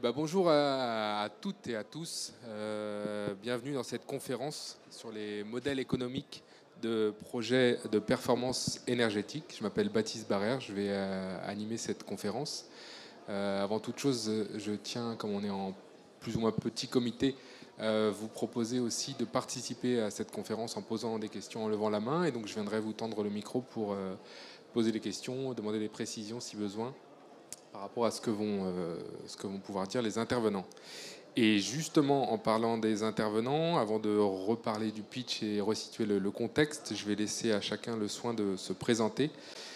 Bonjour à toutes et à tous. Bienvenue dans cette conférence sur les modèles économiques de projets de performance énergétique. Je m'appelle Baptiste Barrère, je vais animer cette conférence. Avant toute chose, je tiens, comme on est en plus ou moins petit comité, vous proposer aussi de participer à cette conférence en posant des questions, en levant la main. Et donc je viendrai vous tendre le micro pour poser des questions, demander des précisions si besoin, par rapport à ce que vont pouvoir dire les intervenants. Et justement, en parlant des intervenants, avant de reparler du pitch et resituer le contexte, je vais laisser à chacun le soin de se présenter,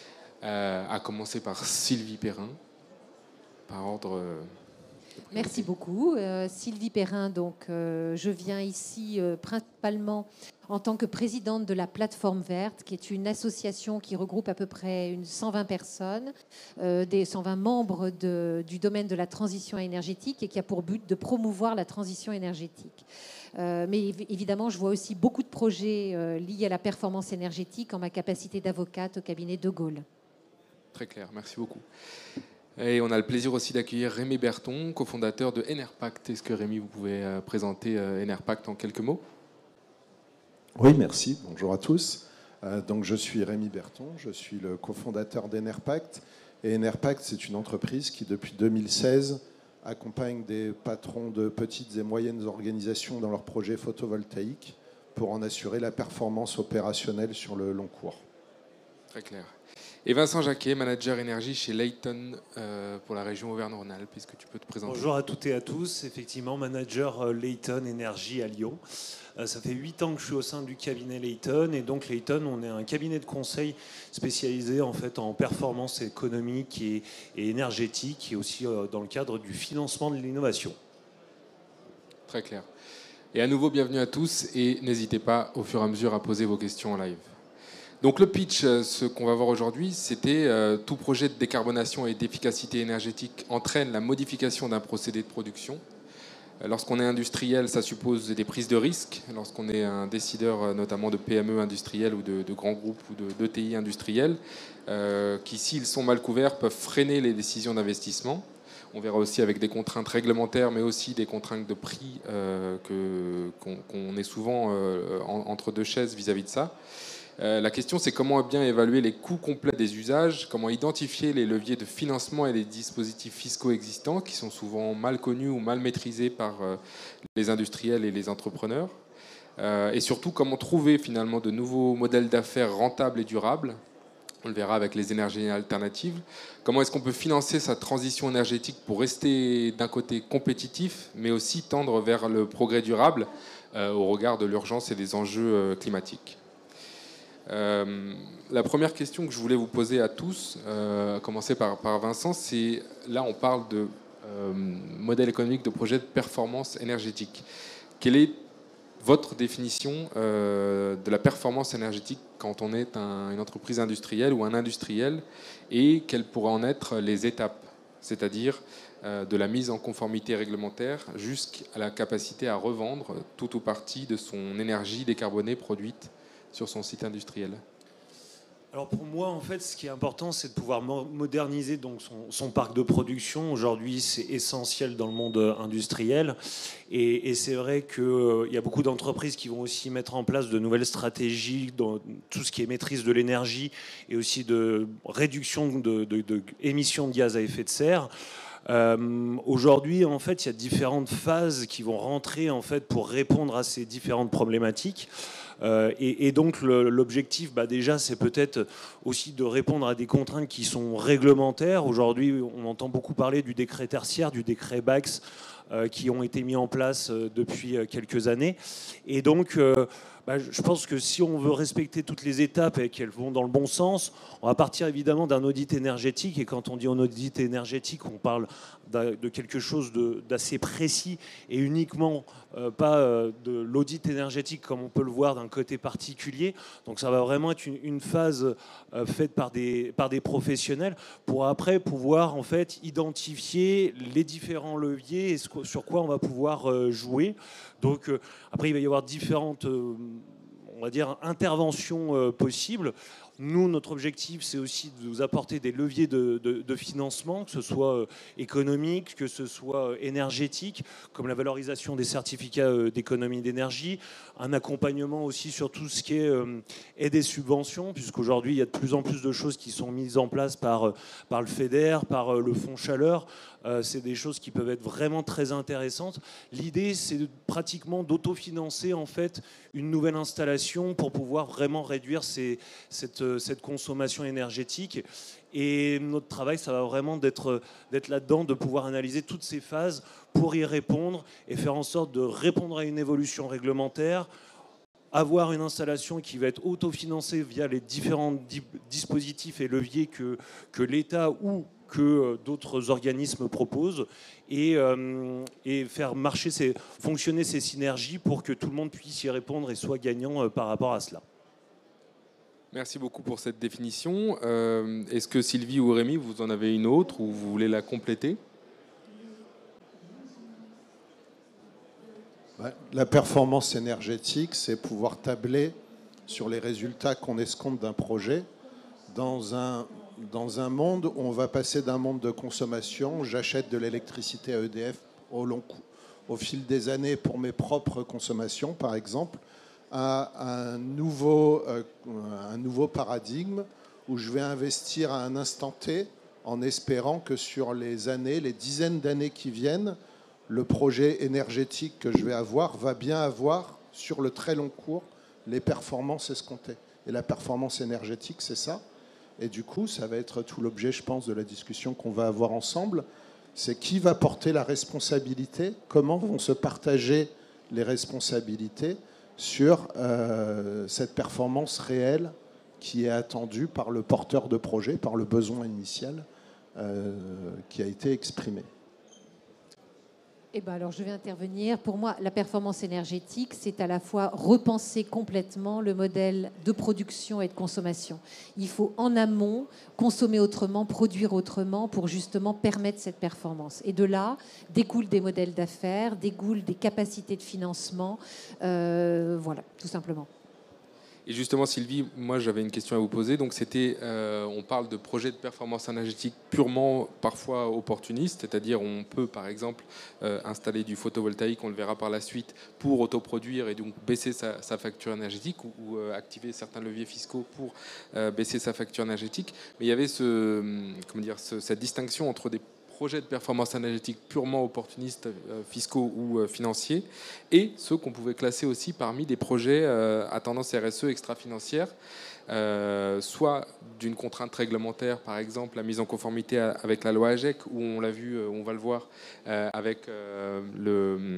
à commencer par Sylvie Perrin, par ordre. Merci beaucoup. Sylvie Perrin, donc, je viens ici principalement en tant que présidente de la Plateforme Verte, qui est une association qui regroupe à peu près 120 personnes, des 120 membres du domaine de la transition énergétique et qui a pour but de promouvoir la transition énergétique. Mais évidemment, je vois aussi beaucoup de projets liés à la performance énergétique en ma capacité d'avocate au cabinet de Gaulle. Très clair, merci beaucoup. Et on a le plaisir aussi d'accueillir Rémi Berton, cofondateur de Enerpact. Est-ce que Rémi, vous pouvez présenter Enerpact en quelques mots ? Oui, merci. Bonjour à tous. Donc, je suis Rémi Berton, je suis le cofondateur d'Enerpact. Et Enerpact, c'est une entreprise qui, depuis 2016, accompagne des patrons de petites et moyennes organisations dans leurs projets photovoltaïques pour en assurer la performance opérationnelle sur le long cours. Très clair. Et Vincent Jacquet, manager énergie chez Layton pour la région Auvergne-Rhône-Alpes. Est-ce que tu peux te présenter ? Bonjour à toutes et à tous. Effectivement, manager Layton Énergie à Lyon. Ça fait 8 ans que je suis au sein du cabinet Layton. Et donc Layton, on est un cabinet de conseil spécialisé en fait en performance économique et énergétique, et aussi dans le cadre du financement de l'innovation. Très clair. Et à nouveau, bienvenue à tous. Et n'hésitez pas au fur et à mesure à poser vos questions en live. Donc le pitch, ce qu'on va voir aujourd'hui, c'était tout projet de décarbonation et d'efficacité énergétique entraîne la modification d'un procédé de production. Lorsqu'on est industriel, ça suppose des prises de risques. Lorsqu'on est un décideur, notamment de PME industrielles ou de grands groupes ou d'ETI industriels, qui, s'ils sont mal couverts, peuvent freiner les décisions d'investissement. On verra aussi avec des contraintes réglementaires, mais aussi des contraintes de prix qu'on est souvent entre deux chaises vis-à-vis de ça. La question, c'est comment bien évaluer les coûts complets des usages, comment identifier les leviers de financement et les dispositifs fiscaux existants qui sont souvent mal connus ou mal maîtrisés par les industriels et les entrepreneurs. Et surtout, comment trouver finalement de nouveaux modèles d'affaires rentables et durables. On le verra avec les énergies alternatives. Comment est-ce qu'on peut financer sa transition énergétique pour rester d'un côté compétitif, mais aussi tendre vers le progrès durable au regard de l'urgence et des enjeux climatiques. La première question que je voulais vous poser à tous, à commencer par Vincent, c'est, là on parle de modèle économique de projet de performance énergétique. Quelle est votre définition de la performance énergétique quand on est une entreprise industrielle ou un industriel, et quelles pourraient en être les étapes, c'est-à-dire de la mise en conformité réglementaire jusqu'à la capacité à revendre tout ou partie de son énergie décarbonée produite sur son site industriel? Alors pour moi, en fait, ce qui est important, c'est de pouvoir moderniser donc son parc de production. Aujourd'hui, c'est essentiel dans le monde industriel. Et c'est vrai qu'il y a beaucoup d'entreprises qui vont aussi mettre en place de nouvelles stratégies dans tout ce qui est maîtrise de l'énergie et aussi de réduction d'émissions de gaz à effet de serre. Aujourd'hui, en fait, il y a différentes phases qui vont rentrer en fait pour répondre à ces différentes problématiques. Et donc l'objectif, déjà, c'est peut-être aussi de répondre à des contraintes qui sont réglementaires. Aujourd'hui, on entend beaucoup parler du décret tertiaire, du décret BACS, qui ont été mis en place depuis quelques années. Et donc, je pense que si on veut respecter toutes les étapes et qu'elles vont dans le bon sens, on va partir évidemment d'un audit énergétique. Et quand on dit un audit énergétique, on parle de quelque chose d'assez précis et uniquement pas de l'audit énergétique comme on peut le voir d'un côté particulier. Donc ça va vraiment être une phase faite par des professionnels pour après pouvoir en fait identifier les différents leviers et sur quoi on va pouvoir jouer. Donc après il va y avoir différentes on va dire interventions possibles. Nous, notre objectif, c'est aussi de vous apporter des leviers de financement, que ce soit économique, que ce soit énergétique, comme la valorisation des certificats d'économie d'énergie, un accompagnement aussi sur tout ce qui est aide et subventions, puisqu'aujourd'hui, il y a de plus en plus de choses qui sont mises en place par le FEDER, par le Fonds Chaleur. C'est des choses qui peuvent être vraiment très intéressantes. L'idée, c'est pratiquement d'autofinancer en fait une nouvelle installation pour pouvoir vraiment réduire cette consommation énergétique. Et notre travail, ça va vraiment d'être là-dedans, de pouvoir analyser toutes ces phases pour y répondre et faire en sorte de répondre à une évolution réglementaire, avoir une installation qui va être autofinancée via les différents dispositifs et leviers que l'État ou que d'autres organismes proposent et faire fonctionner ces synergies pour que tout le monde puisse y répondre et soit gagnant par rapport à cela. Merci beaucoup pour cette définition. Est-ce que Sylvie ou Rémi, vous en avez une autre ou vous voulez la compléter ? La performance énergétique, c'est pouvoir tabler sur les résultats qu'on escompte d'un projet dans un monde où on va passer d'un monde de consommation, j'achète de l'électricité à EDF au fil des années pour mes propres consommations, par exemple, à un nouveau paradigme où je vais investir à un instant T en espérant que sur les dizaines d'années qui viennent, le projet énergétique que je vais avoir va bien avoir, sur le très long cours, les performances escomptées. Et la performance énergétique, c'est ça. Et du coup, ça va être tout l'objet, je pense, de la discussion qu'on va avoir ensemble. C'est qui va porter la responsabilité, comment vont se partager les responsabilités sur cette performance réelle qui est attendue par le porteur de projet, par le besoin initial qui a été exprimé. Eh ben alors, je vais intervenir. Pour moi, la performance énergétique, c'est à la fois repenser complètement le modèle de production et de consommation. Il faut en amont consommer autrement, produire autrement pour justement permettre cette performance. Et de là, découlent des modèles d'affaires, découlent des capacités de financement. Voilà, tout simplement. Et justement, Sylvie, moi j'avais une question à vous poser. Donc c'était, on parle de projets de performance énergétique purement parfois opportunistes, c'est-à-dire on peut par exemple installer du photovoltaïque, on le verra par la suite, pour autoproduire et donc baisser sa facture énergétique ou activer certains leviers fiscaux pour baisser sa facture énergétique. Mais il y avait cette distinction entre des projets de performance énergétique purement opportunistes, fiscaux ou financiers, et ceux qu'on pouvait classer aussi parmi des projets à tendance RSE extra-financière, soit d'une contrainte réglementaire, par exemple la mise en conformité avec la loi AGEC, où on l'a vu, on va le voir, avec le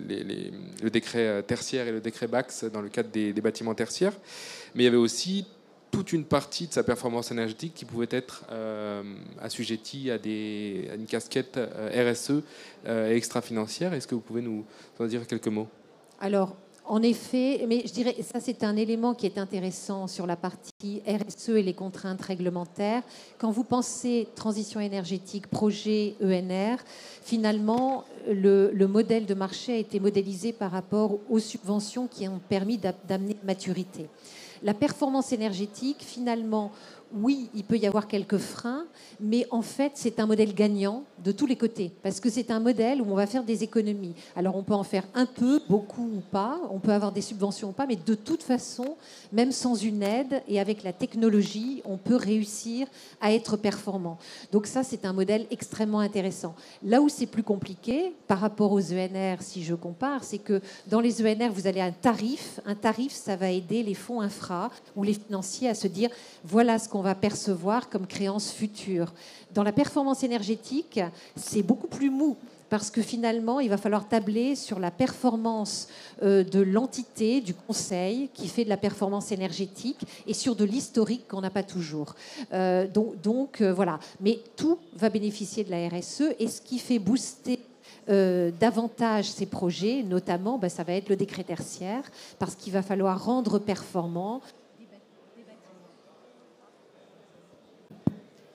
décret tertiaire et le décret BAX dans le cadre des bâtiments tertiaires. Mais il y avait aussi toute une partie de sa performance énergétique qui pouvait être assujettie à une casquette RSE extra-financière. Est-ce que vous pouvez nous en dire quelques mots ? Alors, en effet, mais je dirais, ça c'est un élément qui est intéressant sur la partie RSE et les contraintes réglementaires. Quand vous pensez transition énergétique, projet ENR, finalement, le modèle de marché a été modélisé par rapport aux subventions qui ont permis d'amener maturité. La performance énergétique, finalement, oui, il peut y avoir quelques freins, mais en fait, c'est un modèle gagnant de tous les côtés, parce que c'est un modèle où on va faire des économies. Alors, on peut en faire un peu, beaucoup ou pas, on peut avoir des subventions ou pas, mais de toute façon, même sans une aide et avec la technologie, on peut réussir à être performant. Donc ça, c'est un modèle extrêmement intéressant. Là où c'est plus compliqué, par rapport aux ENR, si je compare, c'est que dans les ENR, vous allez à un tarif. Un tarif, ça va aider les fonds infra ou les financiers à se dire, voilà ce qu'on va percevoir comme créance future. Dans la performance énergétique, c'est beaucoup plus mou parce que finalement, il va falloir tabler sur la performance de l'entité, du conseil qui fait de la performance énergétique et sur de l'historique qu'on n'a pas toujours. Donc voilà. Mais tout va bénéficier de la RSE et ce qui fait booster davantage ces projets, notamment, ça va être le décret tertiaire parce qu'il va falloir rendre performant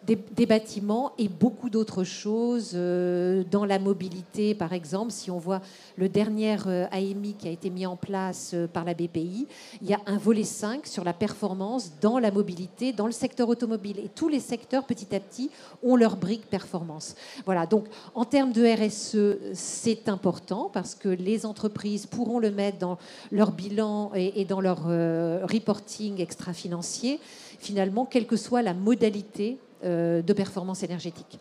des bâtiments et beaucoup d'autres choses dans la mobilité, par exemple. Si on voit le dernier AMI qui a été mis en place par la BPI, il y a un volet 5 sur la performance dans la mobilité, dans le secteur automobile. Et tous les secteurs, petit à petit, ont leur brique performance. Voilà, donc en termes de RSE, c'est important parce que les entreprises pourront le mettre dans leur bilan et dans leur reporting extra-financier, finalement, quelle que soit la modalité de performance énergétique.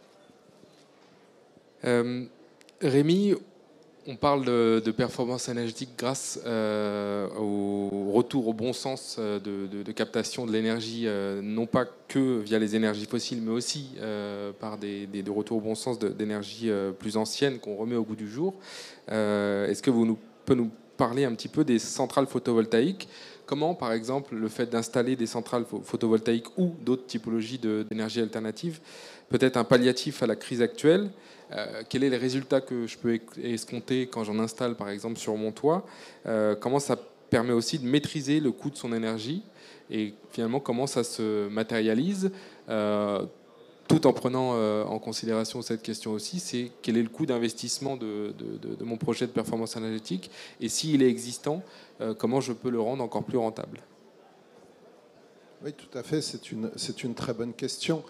Rémi, on parle de performance énergétique grâce au retour au bon sens de captation de l'énergie, non pas que via les énergies fossiles, mais aussi par des retours au bon sens d'énergie plus anciennes qu'on remet au goût du jour. Est-ce que vous pouvez nous parler un petit peu des centrales photovoltaïques? Comment, par exemple, le fait d'installer des centrales photovoltaïques ou d'autres typologies d'énergie alternative peut être un palliatif à la crise actuelle? Quel est le résultat que je peux escompter quand j'en installe, par exemple, sur mon toit? Comment ça permet aussi de maîtriser le coût de son énergie? Et finalement, comment ça se matérialise? Tout en prenant en considération cette question aussi, c'est quel est le coût d'investissement de mon projet de performance énergétique, et s'il est existant, comment je peux le rendre encore plus rentable? Oui, tout à fait, c'est une très bonne question.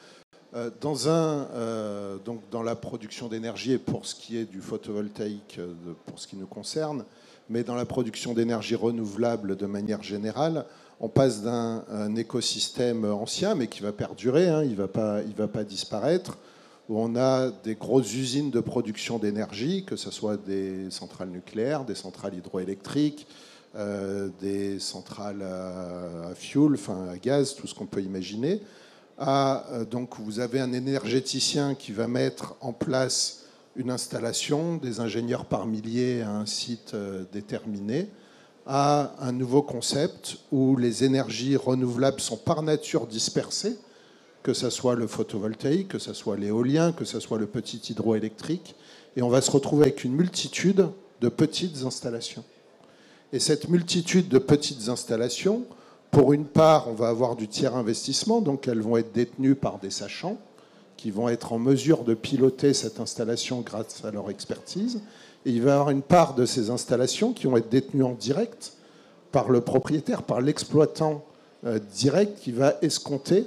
Donc dans la production d'énergie, et pour ce qui est du photovoltaïque, pour ce qui nous concerne, mais dans la production d'énergie renouvelable de manière générale, on passe d'un écosystème ancien, mais qui va perdurer, hein, il va pas disparaître, où on a des grosses usines de production d'énergie, que ce soit des centrales nucléaires, des centrales hydroélectriques, des centrales à fuel, enfin à gaz, tout ce qu'on peut imaginer. Donc vous avez un énergéticien qui va mettre en place une installation, des ingénieurs par milliers à un site déterminé, à un nouveau concept où les énergies renouvelables sont par nature dispersées, que ce soit le photovoltaïque, que ce soit l'éolien, que ce soit le petit hydroélectrique, et on va se retrouver avec une multitude de petites installations. Et cette multitude de petites installations, pour une part, on va avoir du tiers investissement, donc elles vont être détenues par des sachants qui vont être en mesure de piloter cette installation grâce à leur expertise. Et il va y avoir une part de ces installations qui vont être détenues en direct par le propriétaire, par l'exploitant direct qui va escompter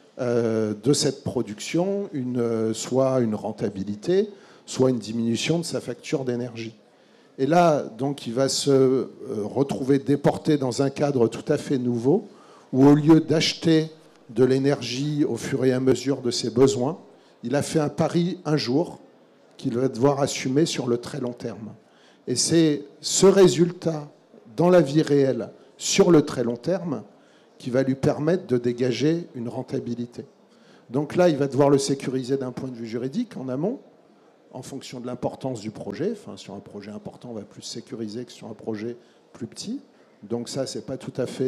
de cette production soit une rentabilité, soit une diminution de sa facture d'énergie. Et là, donc, il va se retrouver déporté dans un cadre tout à fait nouveau, où au lieu d'acheter de l'énergie au fur et à mesure de ses besoins, il a fait un pari un jour qu'il va devoir assumer sur le très long terme. Et c'est ce résultat dans la vie réelle, sur le très long terme, qui va lui permettre de dégager une rentabilité. Donc là, il va devoir le sécuriser d'un point de vue juridique en amont, en fonction de l'importance du projet. Enfin, sur un projet important, on va plus sécuriser que sur un projet plus petit. Donc ça, ce n'est pas tout à fait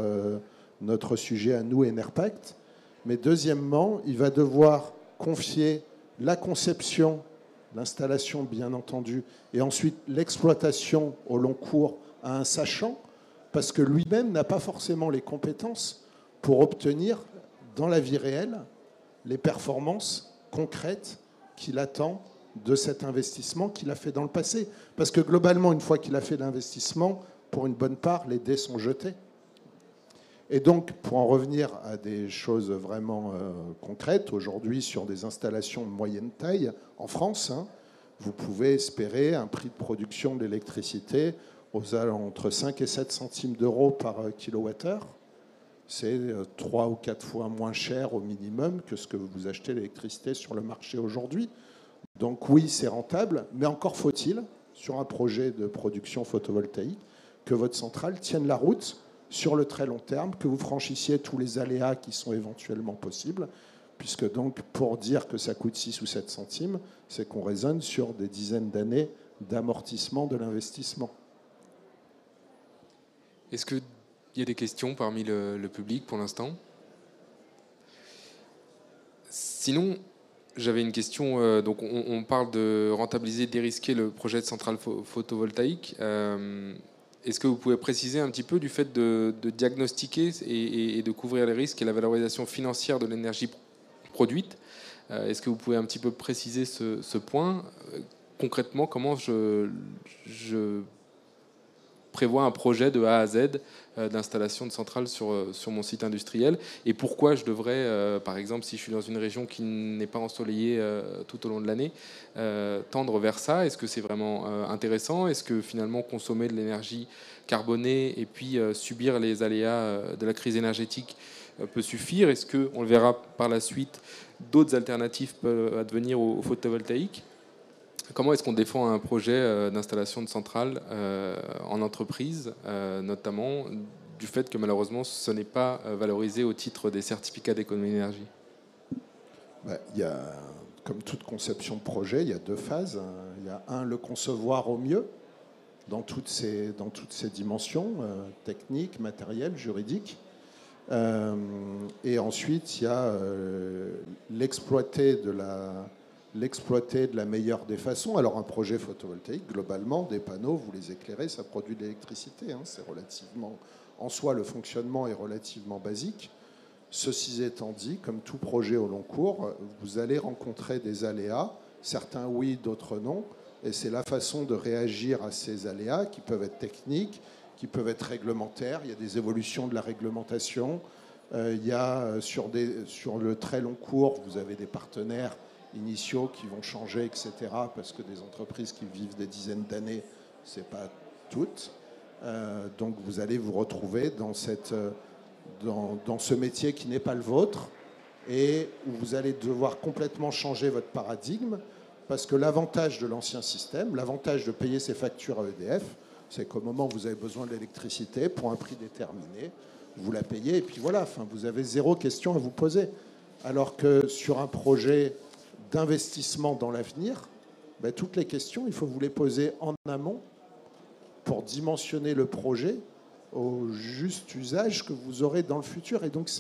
notre sujet à nous, Enerpact. Mais deuxièmement, il va devoir confier la conception, l'installation bien entendu, et ensuite l'exploitation au long cours à un sachant, parce que lui-même n'a pas forcément les compétences pour obtenir, dans la vie réelle, les performances concrètes qu'il attend de cet investissement qu'il a fait dans le passé. Parce que globalement, une fois qu'il a fait l'investissement, pour une bonne part, les dés sont jetés. Et donc, pour en revenir à des choses vraiment concrètes, aujourd'hui, sur des installations de moyenne taille, en France, hein, vous pouvez espérer un prix de production de l'électricité entre 5 et 7 centimes d'euros par kilowattheure. C'est 3 ou 4 fois moins cher au minimum que ce que vous achetez l'électricité sur le marché aujourd'hui. Donc oui, c'est rentable, mais encore faut-il, sur un projet de production photovoltaïque, que votre centrale tienne la route sur le très long terme, que vous franchissiez tous les aléas qui sont éventuellement possibles, puisque donc pour dire que ça coûte 6 ou 7 centimes, c'est qu'on raisonne sur des dizaines d'années d'amortissement de l'investissement. Est-ce qu'il y a des questions parmi le public pour l'instant? Sinon, j'avais une question. Donc on parle de rentabiliser, dérisquer le projet de centrale photovoltaïque. Est-ce que vous pouvez préciser un petit peu du fait de diagnostiquer et de couvrir les risques et la valorisation financière de l'énergie produite. Est-ce que vous pouvez un petit peu préciser ce point? Concrètement, comment je prévois un projet de A à Z d'installation de centrales sur mon site industriel, et pourquoi je devrais, par exemple, si je suis dans une région qui n'est pas ensoleillée tout au long de l'année, tendre vers ça? Est-ce que c'est vraiment intéressant? Est-ce que finalement consommer de l'énergie carbonée et puis subir les aléas de la crise énergétique peut suffire? Est-ce que, on le verra par la suite, d'autres alternatives peuvent advenir au photovoltaïque? Comment est-ce qu'on défend un projet d'installation de centrale en entreprise, notamment du fait que malheureusement ce n'est pas valorisé au titre des certificats d'économie d'énergie? Il y a, comme toute conception de projet, il y a deux phases. Il y a le concevoir au mieux dans toutes ces dimensions techniques, matérielles, juridiques. Et ensuite, il y a l'exploiter de la meilleure des façons. Alors un projet photovoltaïque, globalement, des panneaux, vous les éclairez, ça produit de l'électricité. C'est relativement, en soi, le fonctionnement est relativement basique. Ceci étant dit, comme tout projet au long cours, vous allez rencontrer des aléas, certains oui, d'autres non, et c'est la façon de réagir à ces aléas qui peuvent être techniques, qui peuvent être réglementaires. Il y a des évolutions de la réglementation. Il y a sur le très long cours, vous avez des partenaires initiaux qui vont changer, etc. Parce que des entreprises qui vivent des dizaines d'années, c'est pas toutes. Donc vous allez vous retrouver dans ce métier qui n'est pas le vôtre et où vous allez devoir complètement changer votre paradigme, parce que l'avantage de l'ancien système, l'avantage de payer ses factures à EDF, c'est qu'au moment où vous avez besoin de l'électricité, pour un prix déterminé, vous la payez et puis voilà, vous avez zéro question à vous poser. Alors que sur un projet d'investissement dans l'avenir, toutes les questions, il faut vous les poser en amont pour dimensionner le projet au juste usage que vous aurez dans le futur. Et donc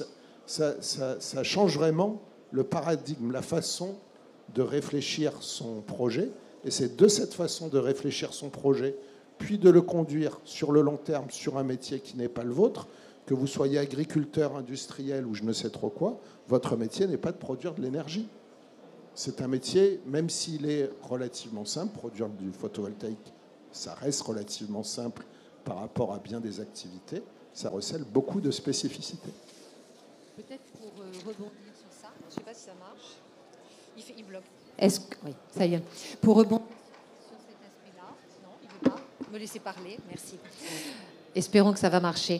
ça change vraiment le paradigme, la façon de réfléchir son projet. Et c'est de cette façon de réfléchir son projet, puis de le conduire sur le long terme sur un métier qui n'est pas le vôtre, que vous soyez agriculteur, industriel ou je ne sais trop quoi, votre métier n'est pas de produire de l'énergie. C'est un métier, même s'il est relativement simple, produire du photovoltaïque, ça reste relativement simple par rapport à bien des activités, ça recèle beaucoup de spécificités. Peut-être pour rebondir sur ça, je ne sais pas si ça marche, il bloque. Oui, ça y est. Pour rebondir sur cet aspect-là, non, il ne veut pas me laisser parler, merci. Espérons que ça va marcher.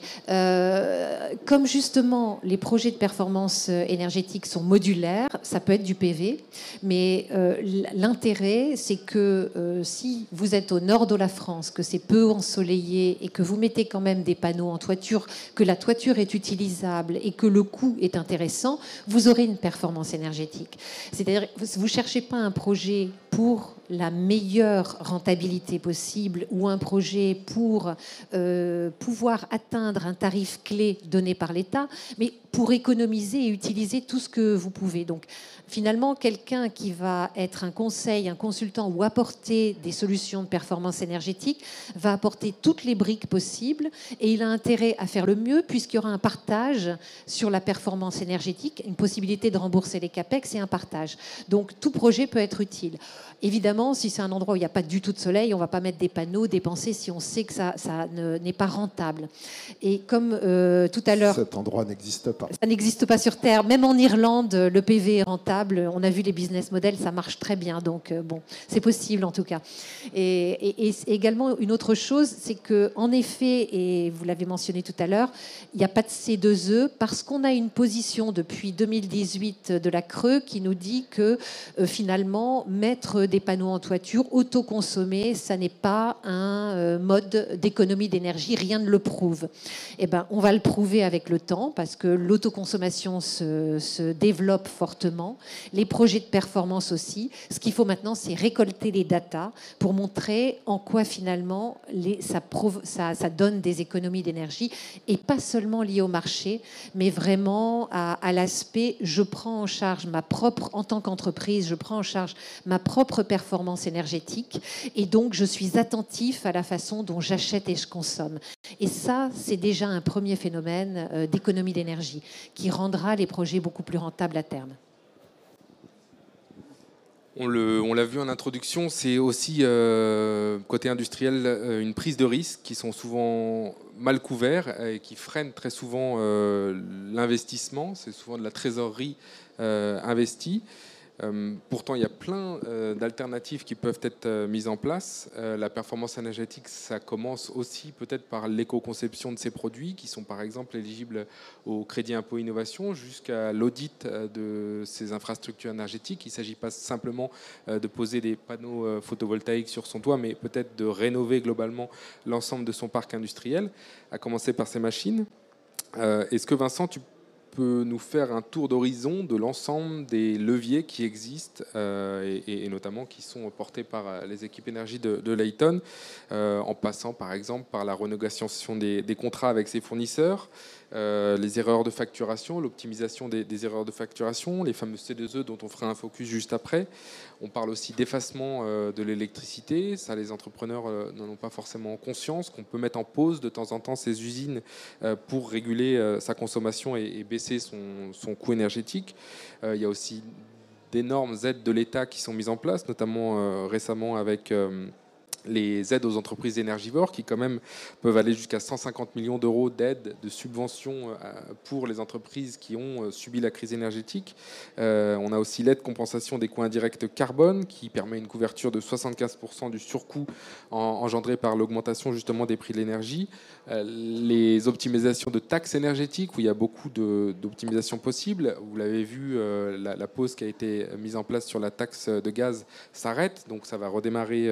Comme justement les projets de performance énergétique sont modulaires, ça peut être du PV, mais l'intérêt, c'est que si vous êtes au nord de la France, que c'est peu ensoleillé et que vous mettez quand même des panneaux en toiture, que la toiture est utilisable et que le coût est intéressant, vous aurez une performance énergétique. C'est-à-dire, vous ne cherchez pas un projet pour la meilleure rentabilité possible ou un projet pour pouvoir atteindre un tarif clé donné par l'État, mais pour économiser et utiliser tout ce que vous pouvez. Donc, finalement, quelqu'un qui va être un conseil, un consultant ou apporter des solutions de performance énergétique va apporter toutes les briques possibles et il a intérêt à faire le mieux puisqu'il y aura un partage sur la performance énergétique, une possibilité de rembourser les CAPEX et un partage. Donc, tout projet peut être utile. Évidemment, si c'est un endroit où il n'y a pas du tout de soleil, on ne va pas mettre des panneaux, dépenser si on sait que ça n'est pas rentable. Et comme tout à l'heure... Cet endroit n'existe pas. Ça n'existe pas sur Terre. Même en Irlande, le PV est rentable. On a vu les business models, ça marche très bien. Donc, bon, c'est possible en tout cas. Et également, une autre chose, c'est qu'en effet, et vous l'avez mentionné tout à l'heure, il n'y a pas de C2E parce qu'on a une position depuis 2018 de la Creux qui nous dit que finalement, mettre des panneaux en toiture, autoconsommer, ça n'est pas un mode d'économie d'énergie. Rien ne le prouve. Eh ben, on va le prouver avec le temps parce que l'autoconsommation se développe fortement, les projets de performance aussi. Ce qu'il faut maintenant, c'est récolter les datas pour montrer en quoi finalement ça donne des économies d'énergie et pas seulement liées au marché, mais vraiment à l'aspect je prends en charge en tant qu'entreprise, je prends en charge ma propre performance énergétique et donc je suis attentif à la façon dont j'achète et je consomme. Et ça, c'est déjà un premier phénomène d'économie d'énergie qui rendra les projets beaucoup plus rentables à terme. On l'a vu en introduction, c'est aussi, côté industriel, une prise de risques qui sont souvent mal couverts et qui freinent très souvent l'investissement. C'est souvent de la trésorerie investie. Pourtant, il y a plein d'alternatives qui peuvent être mises en place. La performance énergétique, ça commence aussi peut-être par l'éco-conception de ces produits qui sont par exemple éligibles au crédit impôt innovation jusqu'à l'audit de ces infrastructures énergétiques. Il ne s'agit pas simplement de poser des panneaux photovoltaïques sur son toit, mais peut-être de rénover globalement l'ensemble de son parc industriel, à commencer par ces machines. Est-ce que Vincent, tu peut nous faire un tour d'horizon de l'ensemble des leviers qui existent et notamment qui sont portés par les équipes énergie de Layton, en passant par exemple par la renégociation des contrats avec ses fournisseurs, les erreurs de facturation, l'optimisation des erreurs de facturation, les fameux C2E dont on fera un focus juste après. On parle aussi d'effacement de l'électricité. Ça, les entrepreneurs n'en ont pas forcément conscience, qu'on peut mettre en pause de temps en temps ces usines pour réguler sa consommation et baisser son coût énergétique. Il y a aussi d'énormes aides de l'État qui sont mises en place, notamment récemment avec les aides aux entreprises énergivores qui quand même peuvent aller jusqu'à 150 millions d'euros d'aides, de subventions pour les entreprises qui ont subi la crise énergétique. On a aussi l'aide compensation des coûts indirects carbone qui permet une couverture de 75% du surcoût engendré par l'augmentation justement des prix de l'énergie. Les optimisations de taxes énergétiques où il y a beaucoup d'optimisations possibles. Vous l'avez vu, la pause qui a été mise en place sur la taxe de gaz s'arrête, donc ça va redémarrer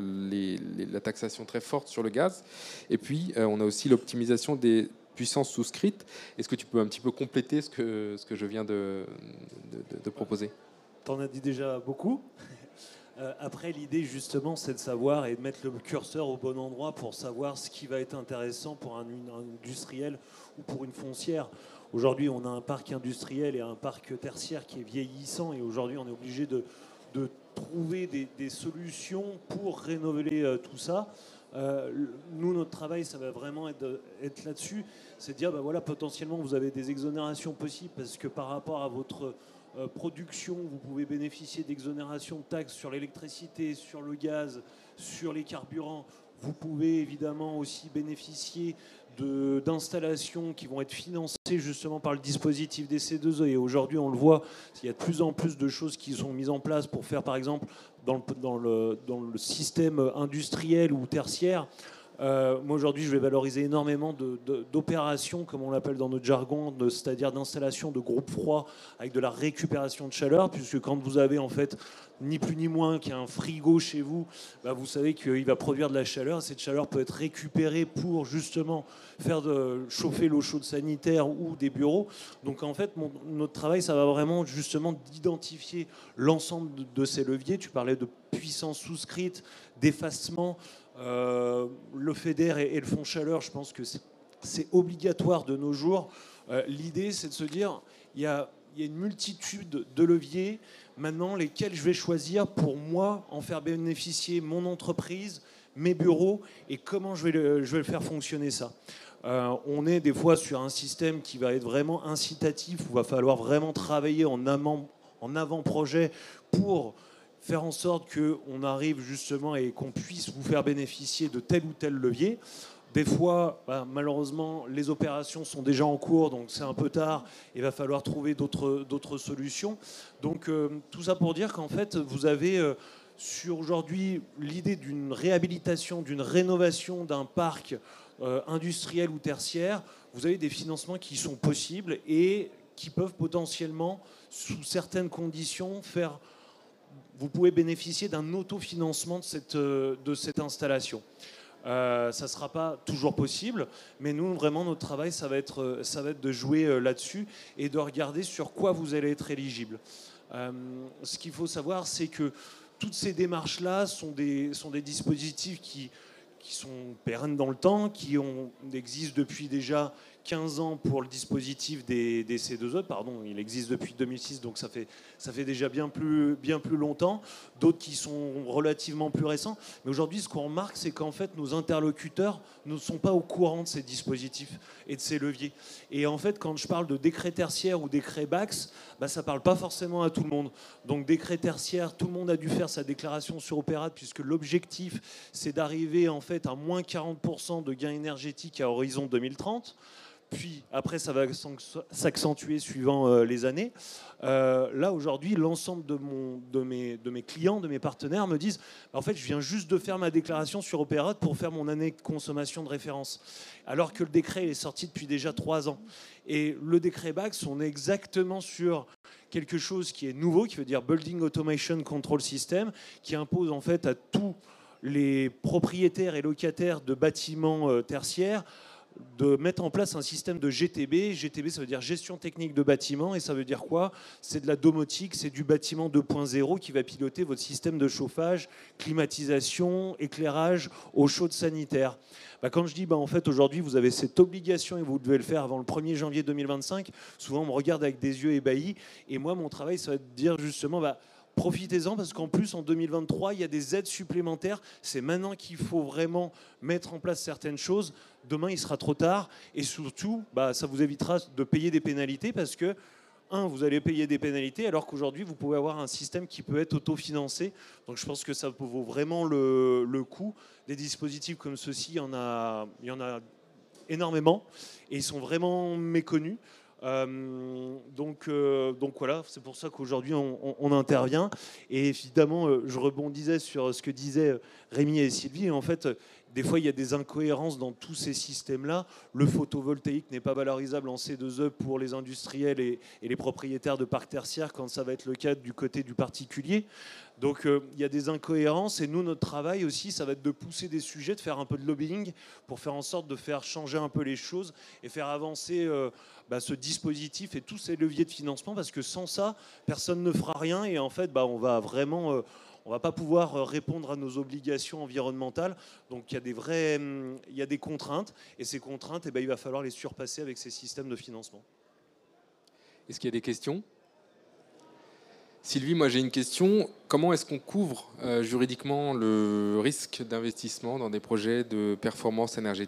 la taxation très forte sur le gaz. Et puis, on a aussi l'optimisation des puissances souscrites. Est-ce que tu peux un petit peu compléter ce que je viens de proposer ? T'en as dit déjà beaucoup. Après, l'idée, justement, c'est de savoir et de mettre le curseur au bon endroit pour savoir ce qui va être intéressant pour un industriel ou pour une foncière. Aujourd'hui, on a un parc industriel et un parc tertiaire qui est vieillissant. Et aujourd'hui, on est obligé de trouver des solutions pour rénover tout ça. Nous, notre travail, ça va vraiment être là-dessus. C'est de dire, voilà, potentiellement, vous avez des exonérations possibles parce que par rapport à votre production, vous pouvez bénéficier d'exonérations de taxes sur l'électricité, sur le gaz, sur les carburants. Vous pouvez évidemment aussi bénéficier d'installations qui vont être financées justement par le dispositif des C2E. Et aujourd'hui, on le voit, il y a de plus en plus de choses qui sont mises en place pour faire, par exemple, dans le système industriel ou tertiaire. Moi, aujourd'hui, je vais valoriser énormément d'opérations, comme on l'appelle dans notre jargon, c'est-à-dire d'installation de groupes froids avec de la récupération de chaleur, puisque quand vous avez en fait ni plus ni moins qu'un frigo chez vous, vous savez qu'il va produire de la chaleur. Cette chaleur peut être récupérée pour justement faire chauffer l'eau chaude sanitaire ou des bureaux. Donc en fait, notre travail, ça va vraiment justement d'identifier l'ensemble de ces leviers. Tu parlais de puissance souscrite, d'effacement. Le FEDER et le fonds chaleur, je pense que c'est obligatoire de nos jours. L'idée, c'est de se dire, il y a une multitude de leviers, maintenant lesquels je vais choisir pour moi en faire bénéficier mon entreprise, mes bureaux, et comment je vais le faire fonctionner ça. On est des fois sur un système qui va être vraiment incitatif, où il va falloir vraiment travailler en avant-projet pour faire en sorte qu'on arrive justement et qu'on puisse vous faire bénéficier de tel ou tel levier. Des fois, malheureusement, les opérations sont déjà en cours, donc c'est un peu tard. Il va falloir trouver d'autres solutions. Donc tout ça pour dire qu'en fait, vous avez sur aujourd'hui l'idée d'une réhabilitation, d'une rénovation d'un parc industriel ou tertiaire. Vous avez des financements qui sont possibles et qui peuvent potentiellement, sous certaines conditions, vous pouvez bénéficier d'un autofinancement de cette installation. Ça ne sera pas toujours possible, mais nous, vraiment, notre travail, ça va être de jouer là-dessus et de regarder sur quoi vous allez être éligible. Ce qu'il faut savoir, c'est que toutes ces démarches-là sont des dispositifs qui sont pérennes dans le temps, qui existent depuis déjà 15 ans pour le dispositif des C2E, pardon, il existe depuis 2006, donc ça fait déjà bien plus longtemps, d'autres qui sont relativement plus récents. Mais aujourd'hui, ce qu'on remarque, c'est qu'en fait, nos interlocuteurs ne sont pas au courant de ces dispositifs et de ces leviers. Et en fait, quand je parle de décret tertiaire ou décret BACS, ça ne parle pas forcément à tout le monde. Donc décret tertiaire, tout le monde a dû faire sa déclaration sur Opérate, puisque l'objectif, c'est d'arriver en fait à moins 40% de gains énergétiques à horizon 2030. Puis après, ça va s'accentuer suivant les années. Là, aujourd'hui, l'ensemble de mes clients, de mes partenaires me disent en fait, je viens juste de faire ma déclaration sur Opérate pour faire mon année de consommation de référence. Alors que le décret est sorti depuis déjà 3 ans. Et le décret BACS, on est exactement sur quelque chose qui est nouveau, qui veut dire Building Automation Control System, qui impose en fait à tous les propriétaires et locataires de bâtiments tertiaires de mettre en place un système de GTB. GTB, ça veut dire gestion technique de bâtiment. Et ça veut dire quoi? C'est de la domotique, c'est du bâtiment 2.0 qui va piloter votre système de chauffage, climatisation, éclairage, eau chaude sanitaire. Quand je dis, en fait, aujourd'hui, vous avez cette obligation et vous devez le faire avant le 1er janvier 2025, souvent, on me regarde avec des yeux ébahis. Et moi, mon travail, ça va être de dire justement, profitez-en parce qu'en plus, en 2023, il y a des aides supplémentaires. C'est maintenant qu'il faut vraiment mettre en place certaines choses. Demain, il sera trop tard. Et surtout, ça vous évitera de payer des pénalités parce que, vous allez payer des pénalités alors qu'aujourd'hui, vous pouvez avoir un système qui peut être autofinancé. Donc, je pense que ça vaut vraiment le coup. Des dispositifs comme ceux-ci, il y en a énormément et ils sont vraiment méconnus. Donc voilà, c'est pour ça qu'aujourd'hui on intervient. Et évidemment, je rebondissais sur ce que disaient Rémi et Sylvie. Et en fait, des fois, il y a des incohérences dans tous ces systèmes-là. Le photovoltaïque n'est pas valorisable en C2E pour les industriels et les propriétaires de parcs tertiaires quand ça va être le cas du côté du particulier. Donc il y a des incohérences et nous, notre travail aussi, ça va être de pousser des sujets, de faire un peu de lobbying pour faire en sorte de faire changer un peu les choses et faire avancer ce dispositif et tous ces leviers de financement parce que sans ça, personne ne fera rien et en fait, on va vraiment... on ne va pas pouvoir répondre à nos obligations environnementales. Donc il y a des contraintes et ces contraintes, il va falloir les surpasser avec ces systèmes de financement. Est-ce qu'il y a des questions ? Sylvie, moi j'ai une question. Comment est-ce qu'on couvre juridiquement le risque d'investissement dans des projets de performance énergétique ?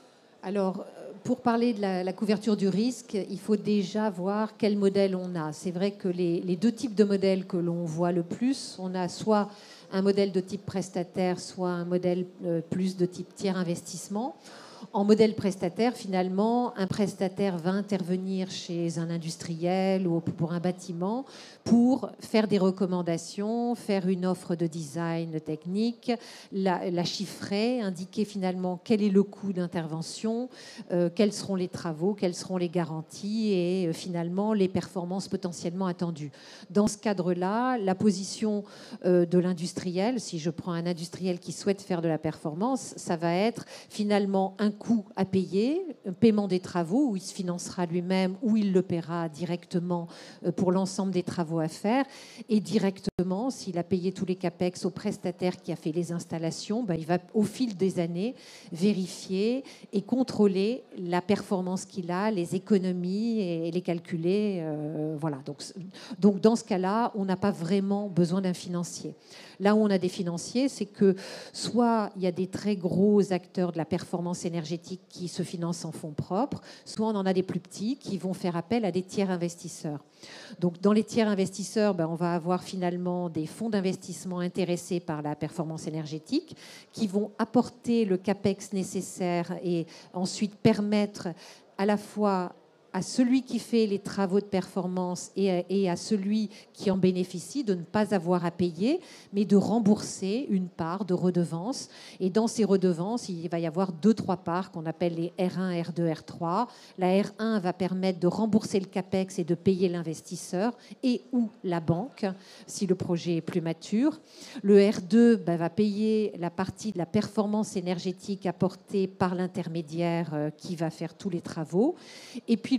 Alors, pour parler de la couverture du risque, il faut déjà voir quel modèle on a. C'est vrai que les deux types de modèles que l'on voit le plus, on a soit un modèle de type prestataire, soit un modèle plus de type tiers investissement. En modèle prestataire, finalement, un prestataire va intervenir chez un industriel ou pour un bâtiment pour faire des recommandations, faire une offre de design technique, la chiffrer, indiquer finalement quel est le coût d'intervention, quels seront les travaux, quelles seront les garanties et finalement les performances potentiellement attendues. Dans ce cadre-là, la position de l'industriel, si je prends un industriel qui souhaite faire de la performance, ça va être finalement un coût à payer, un paiement des travaux où il se financera lui-même ou il le paiera directement pour l'ensemble des travaux à faire et directement, s'il a payé tous les capex au prestataire qui a fait les installations, il va au fil des années vérifier et contrôler la performance qu'il a, les économies et les calculer. Voilà. Donc dans ce cas-là, on n'a pas vraiment besoin d'un financier. Là où on a des financiers, c'est que soit il y a des très gros acteurs de la performance énergétique qui se financent en fonds propres, soit on en a des plus petits qui vont faire appel à des tiers investisseurs. Donc dans les tiers investisseurs, on va avoir finalement des fonds d'investissement intéressés par la performance énergétique qui vont apporter le capex nécessaire et ensuite permettre à la fois à celui qui fait les travaux de performance et à celui qui en bénéficie de ne pas avoir à payer, mais de rembourser une part de redevance. Et dans ces redevances, il va y avoir 2-3 parts qu'on appelle les R1, R2, R3. La R1 va permettre de rembourser le CAPEX et de payer l'investisseur et ou la banque, si le projet est plus mature. Le R2 va payer la partie de la performance énergétique apportée par l'intermédiaire qui va faire tous les travaux. Et puis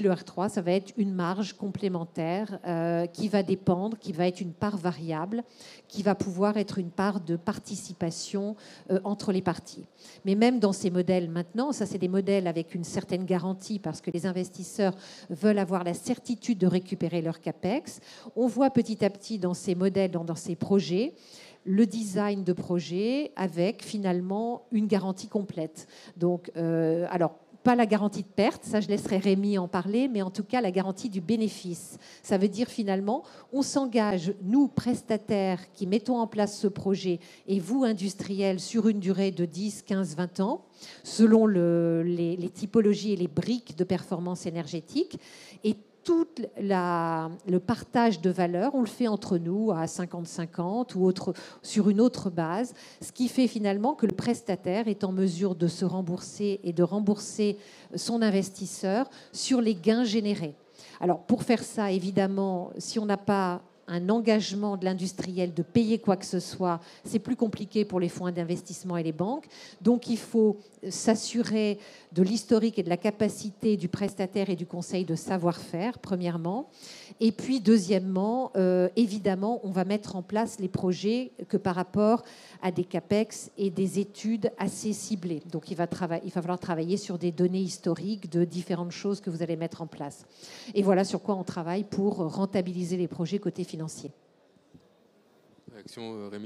le R3, ça va être une marge complémentaire qui va dépendre, qui va être une part variable, qui va pouvoir être une part de participation entre les parties. Mais même dans ces modèles maintenant, ça c'est des modèles avec une certaine garantie parce que les investisseurs veulent avoir la certitude de récupérer leur CAPEX. On voit petit à petit dans ces modèles, dans ces projets, le design de projet avec finalement une garantie complète. Donc, alors, pas la garantie de perte, ça je laisserai Rémi en parler, mais en tout cas la garantie du bénéfice. Ça veut dire finalement, on s'engage, nous, prestataires, qui mettons en place ce projet, et vous, industriels, sur une durée de 10, 15, 20 ans, selon les typologies et les briques de performance énergétique. Et tout le partage de valeur, on le fait entre nous à 50-50 ou sur une autre base, ce qui fait finalement que le prestataire est en mesure de se rembourser et de rembourser son investisseur sur les gains générés. Alors pour faire ça, évidemment, si on n'a pas un engagement de l'industriel de payer quoi que ce soit, c'est plus compliqué pour les fonds d'investissement et les banques. Donc il faut s'assurer de l'historique et de la capacité du prestataire et du conseil de savoir-faire, premièrement. Et puis deuxièmement, évidemment, on va mettre en place les projets que par rapport à des CAPEX et des études assez ciblées. Donc il va falloir travailler sur des données historiques de différentes choses que vous allez mettre en place. Et voilà sur quoi on travaille pour rentabiliser les projets côté financier. Réaction, Rémi ?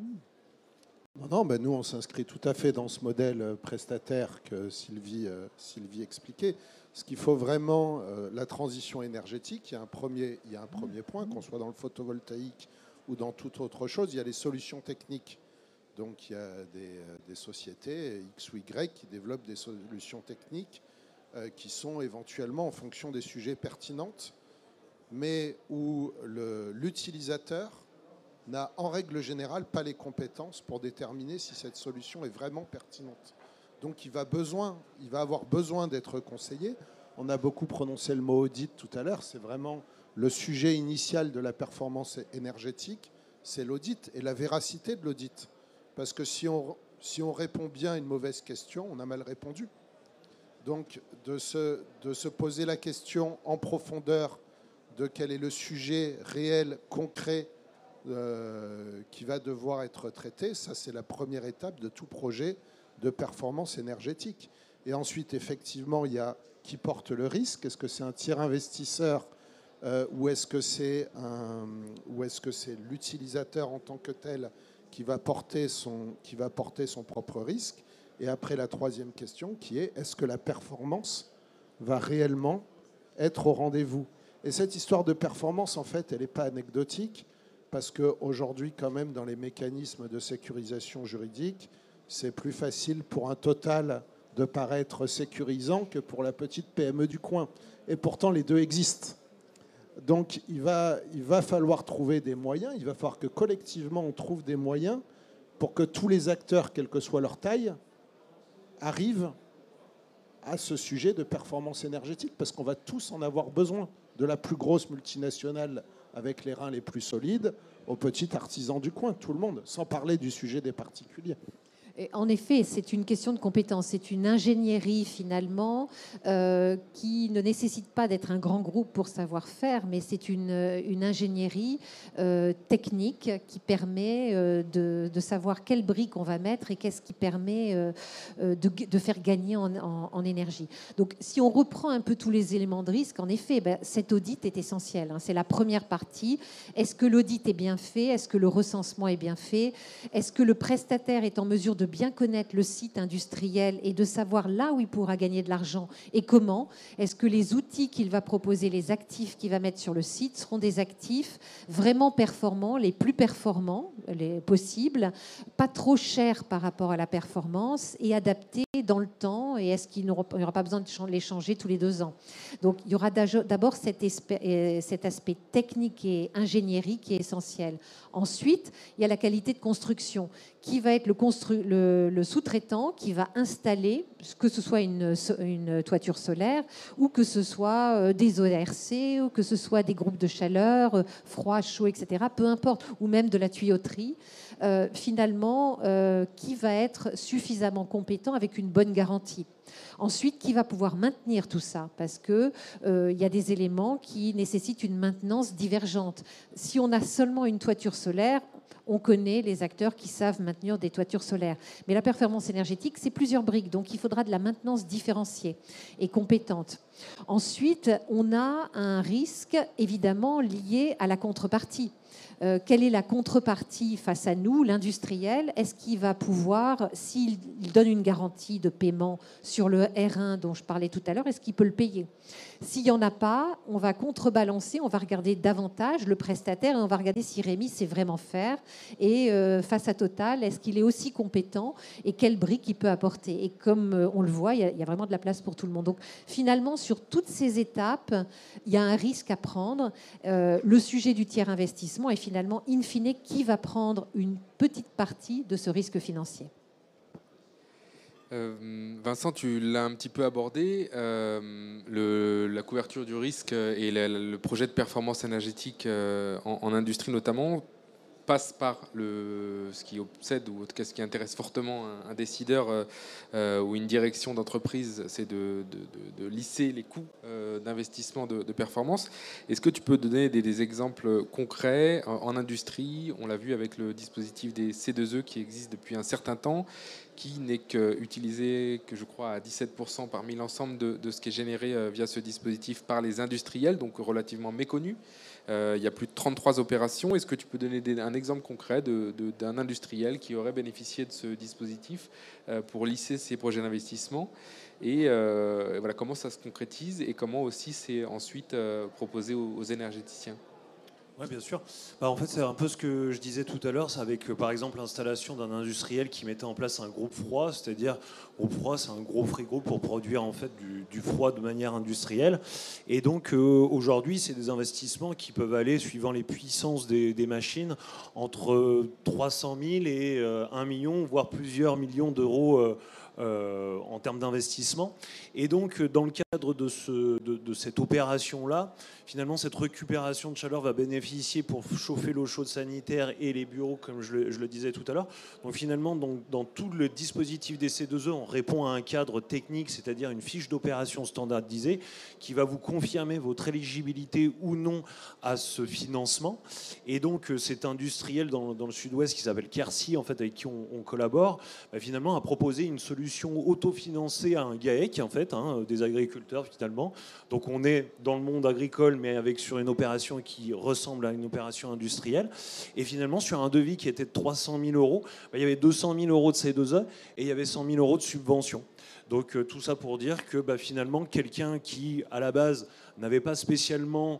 Non, nous, on s'inscrit tout à fait dans ce modèle prestataire que Sylvie expliquait. Ce qu'il faut vraiment, la transition énergétique, il y a un premier point, qu'on soit dans le photovoltaïque ou dans toute autre chose, il y a les solutions techniques. Donc il y a des sociétés, X ou Y, qui développent des solutions techniques qui sont éventuellement en fonction des sujets pertinentes, mais où l'utilisateur n'a en règle générale pas les compétences pour déterminer si cette solution est vraiment pertinente. Donc il va avoir besoin d'être conseillé. On a beaucoup prononcé le mot audit tout à l'heure. C'est vraiment le sujet initial de la performance énergétique, c'est l'audit et la véracité de l'audit. Parce que si on répond bien à une mauvaise question, on a mal répondu. Donc de se poser la question en profondeur de quel est le sujet réel, concret, qui va devoir être traité, ça c'est la première étape de tout projet de performance énergétique. Et ensuite, effectivement, il y a qui porte le risque. Est-ce que c'est un tiers investisseur ou est-ce que c'est l'utilisateur en tant que tel qui va porter son propre risque? Et après, la troisième question qui est, est-ce que la performance va réellement être au rendez-vous? Et cette histoire de performance, en fait, elle n'est pas anecdotique, parce qu'aujourd'hui, quand même, dans les mécanismes de sécurisation juridique, c'est plus facile pour un Total de paraître sécurisant que pour la petite PME du coin. Et pourtant, les deux existent. Donc, il va falloir trouver des moyens, il va falloir que collectivement, on trouve des moyens pour que tous les acteurs, quelle que soit leur taille, arrivent à ce sujet de performance énergétique, parce qu'on va tous en avoir besoin, de la plus grosse multinationale avec les reins les plus solides, au petit artisan du coin, tout le monde, sans parler du sujet des particuliers. Et en effet, c'est une question de compétence. C'est une ingénierie, finalement, qui ne nécessite pas d'être un grand groupe pour savoir faire, mais c'est une ingénierie technique qui permet de savoir quelle brique on va mettre et qu'est-ce qui permet de faire gagner en énergie. Donc, si on reprend un peu tous les éléments de risque, en effet, cet audit est essentiel. Hein. C'est la première partie. Est-ce que l'audit est bien fait? Est-ce que le recensement est bien fait? Est-ce que le prestataire est en mesure de bien connaître le site industriel et de savoir là où il pourra gagner de l'argent et comment? Est-ce que les outils qu'il va proposer, les actifs qu'il va mettre sur le site seront des actifs vraiment performants, les plus performants les possibles, pas trop chers par rapport à la performance et adaptés dans le temps? Et est-ce qu'il n'y aura pas besoin de les changer tous les 2 ans? Donc il y aura d'abord cet aspect technique et ingénierie qui est essentiel. Ensuite, il y a la qualité de construction. Qui va être le sous-traitant qui va installer, que ce soit une toiture solaire ou que ce soit des ORC ou que ce soit des groupes de chaleur, froid, chaud, etc., peu importe, ou même de la tuyauterie, finalement, qui va être suffisamment compétent avec une bonne garantie. Ensuite, qui va pouvoir maintenir tout ça? Parce qu'il y a des éléments qui nécessitent une maintenance divergente. Si on a seulement une toiture solaire, on connaît les acteurs qui savent maintenir des toitures solaires. Mais la performance énergétique, c'est plusieurs briques. Donc, il faudra de la maintenance différenciée et compétente. Ensuite, on a un risque, évidemment, lié à la contrepartie. Quelle est la contrepartie face à nous, l'industriel? Est-ce qu'il va pouvoir, s'il donne une garantie de paiement sur le R1 dont je parlais tout à l'heure, est-ce qu'il peut le payer? S'il n'y en a pas, on va contrebalancer, on va regarder davantage le prestataire et on va regarder si Rémi sait vraiment faire. Et face à Total, est-ce qu'il est aussi compétent et quelle brique il peut apporter? Et comme on le voit, il y a vraiment de la place pour tout le monde. Donc finalement, sur toutes ces étapes, il y a un risque à prendre. Le sujet du tiers investissement est finalement, in fine, qui va prendre une petite partie de ce risque financier. Vincent, tu l'as un petit peu abordé, la couverture du risque et le projet de performance énergétique en industrie notamment passe par ce qui obsède ou en tout cas ce qui intéresse fortement un décideur ou une direction d'entreprise, c'est de lisser les coûts d'investissement de performance. Est-ce que tu peux donner des exemples concrets en industrie? On l'a vu avec le dispositif des C2E qui existe depuis un certain temps, qui n'est utilisé que je crois à 17% parmi l'ensemble de ce qui est généré via ce dispositif par les industriels, donc relativement méconnu. Il y a plus de 33 opérations. Est-ce que tu peux donner un exemple concret d'un industriel qui aurait bénéficié de ce dispositif pour lisser ses projets d'investissement et voilà, comment ça se concrétise et comment aussi c'est ensuite proposé aux énergéticiens? Oui, bien sûr. En fait, c'est un peu ce que je disais tout à l'heure, c'est avec par exemple l'installation d'un industriel qui mettait en place un groupe froid, c'est-à-dire groupe froid, c'est un gros frigo pour produire en fait du froid de manière industrielle. Et donc aujourd'hui, c'est des investissements qui peuvent aller, suivant les puissances des machines, entre 300 000 et 1 million, voire plusieurs millions d'euros en termes d'investissement. Et donc, dans le cadre de cette opération-là, finalement, cette récupération de chaleur va bénéficier pour chauffer l'eau chaude sanitaire et les bureaux, comme je le disais tout à l'heure. Donc, finalement, dans tout le dispositif des C2E, on répond à un cadre technique, c'est-à-dire une fiche d'opération standardisée qui va vous confirmer votre éligibilité ou non à ce financement. Et donc, cet industriel dans le sud-ouest qui s'appelle Quercy, en fait, avec qui on collabore, finalement, a proposé une solution autofinancée à un GAEC, en fait, des agriculteurs, finalement. Donc, on est dans le monde agricole, mais sur une opération qui ressemble à une opération industrielle. Et finalement, sur un devis qui était de 300 000 euros, il y avait 200 000 euros de C2E et il y avait 100 000 euros de subvention. Donc tout ça pour dire que finalement, quelqu'un qui, à la base, n'avait pas spécialement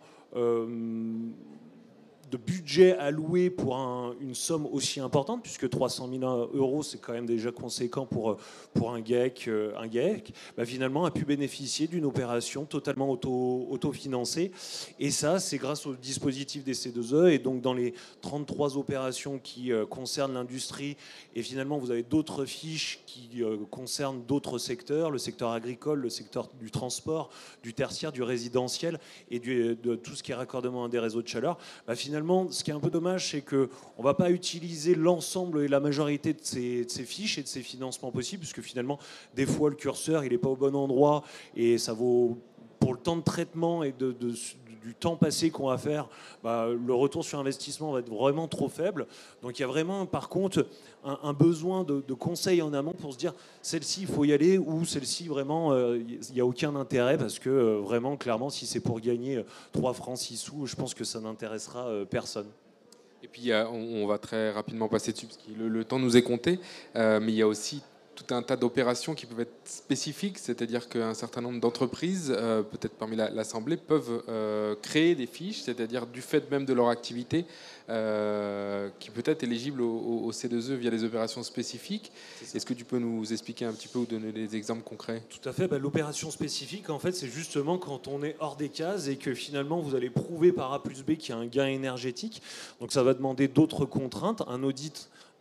de budget alloué pour une somme aussi importante, puisque 300 000 euros, c'est quand même déjà conséquent pour un GAEC, finalement a pu bénéficier d'une opération totalement autofinancée. Et ça, c'est grâce au dispositif des C2E. Et donc, dans les 33 opérations qui concernent l'industrie, et finalement, vous avez d'autres fiches qui concernent d'autres secteurs, le secteur agricole, le secteur du transport, du tertiaire, du résidentiel et de tout ce qui est raccordement à des réseaux de chaleur. Finalement, ce qui est un peu dommage, c'est qu'on ne va pas utiliser l'ensemble et la majorité de ces fiches et de ces financements possibles, puisque finalement, des fois, le curseur, il n'est pas au bon endroit, et ça vaut, pour le temps de traitement et du temps passé qu'on va faire, le retour sur investissement va être vraiment trop faible. Donc il y a vraiment, par contre, un besoin de conseils en amont pour se dire, celle-ci, il faut y aller, ou celle-ci, vraiment, il n'y a aucun intérêt, parce que vraiment, clairement, si c'est pour gagner 3 francs 6 sous, je pense que ça n'intéressera personne. Et puis, on va très rapidement passer dessus, parce que le temps nous est compté, mais il y a aussi tout un tas d'opérations qui peuvent être spécifiques, c'est-à-dire qu'un certain nombre d'entreprises, peut-être parmi l'Assemblée, peuvent créer des fiches, c'est-à-dire du fait même de leur activité, qui peut être éligible au C2E via des opérations spécifiques. Est-ce que tu peux nous expliquer un petit peu ou donner des exemples concrets? Tout à fait. L'opération spécifique, en fait, c'est justement quand on est hors des cases et que finalement, vous allez prouver par A plus B qu'il y a un gain énergétique. Donc ça va demander d'autres contraintes, un audit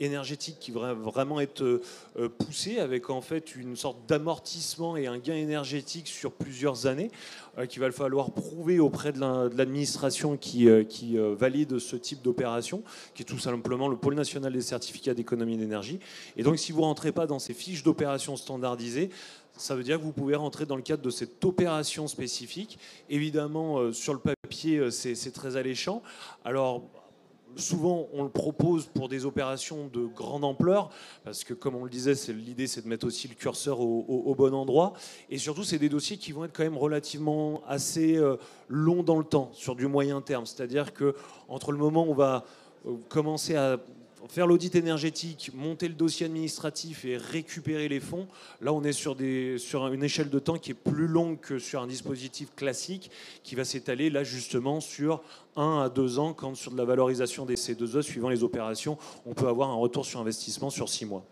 énergétique qui va vraiment être poussé, avec en fait une sorte d'amortissement et un gain énergétique sur plusieurs années, qu'il va falloir prouver auprès de l'administration qui valide ce type d'opération, qui est tout simplement le pôle national des certificats d'économie d'énergie. Et donc si vous ne rentrez pas dans ces fiches d'opération standardisées, ça veut dire que vous pouvez rentrer dans le cadre de cette opération spécifique. Évidemment, sur le papier, c'est très alléchant. Alors, souvent, on le propose pour des opérations de grande ampleur, parce que, comme on le disait, l'idée, c'est de mettre aussi le curseur au bon endroit. Et surtout, c'est des dossiers qui vont être quand même relativement assez longs dans le temps, sur du moyen terme. C'est-à-dire qu'entre le moment où on va commencer à faire l'audit énergétique, monter le dossier administratif et récupérer les fonds, là on est sur une échelle de temps qui est plus longue que sur un dispositif classique qui va s'étaler là justement sur 1 à 2 ans, quand sur de la valorisation des C2E, suivant les opérations, on peut avoir un retour sur investissement sur 6 mois.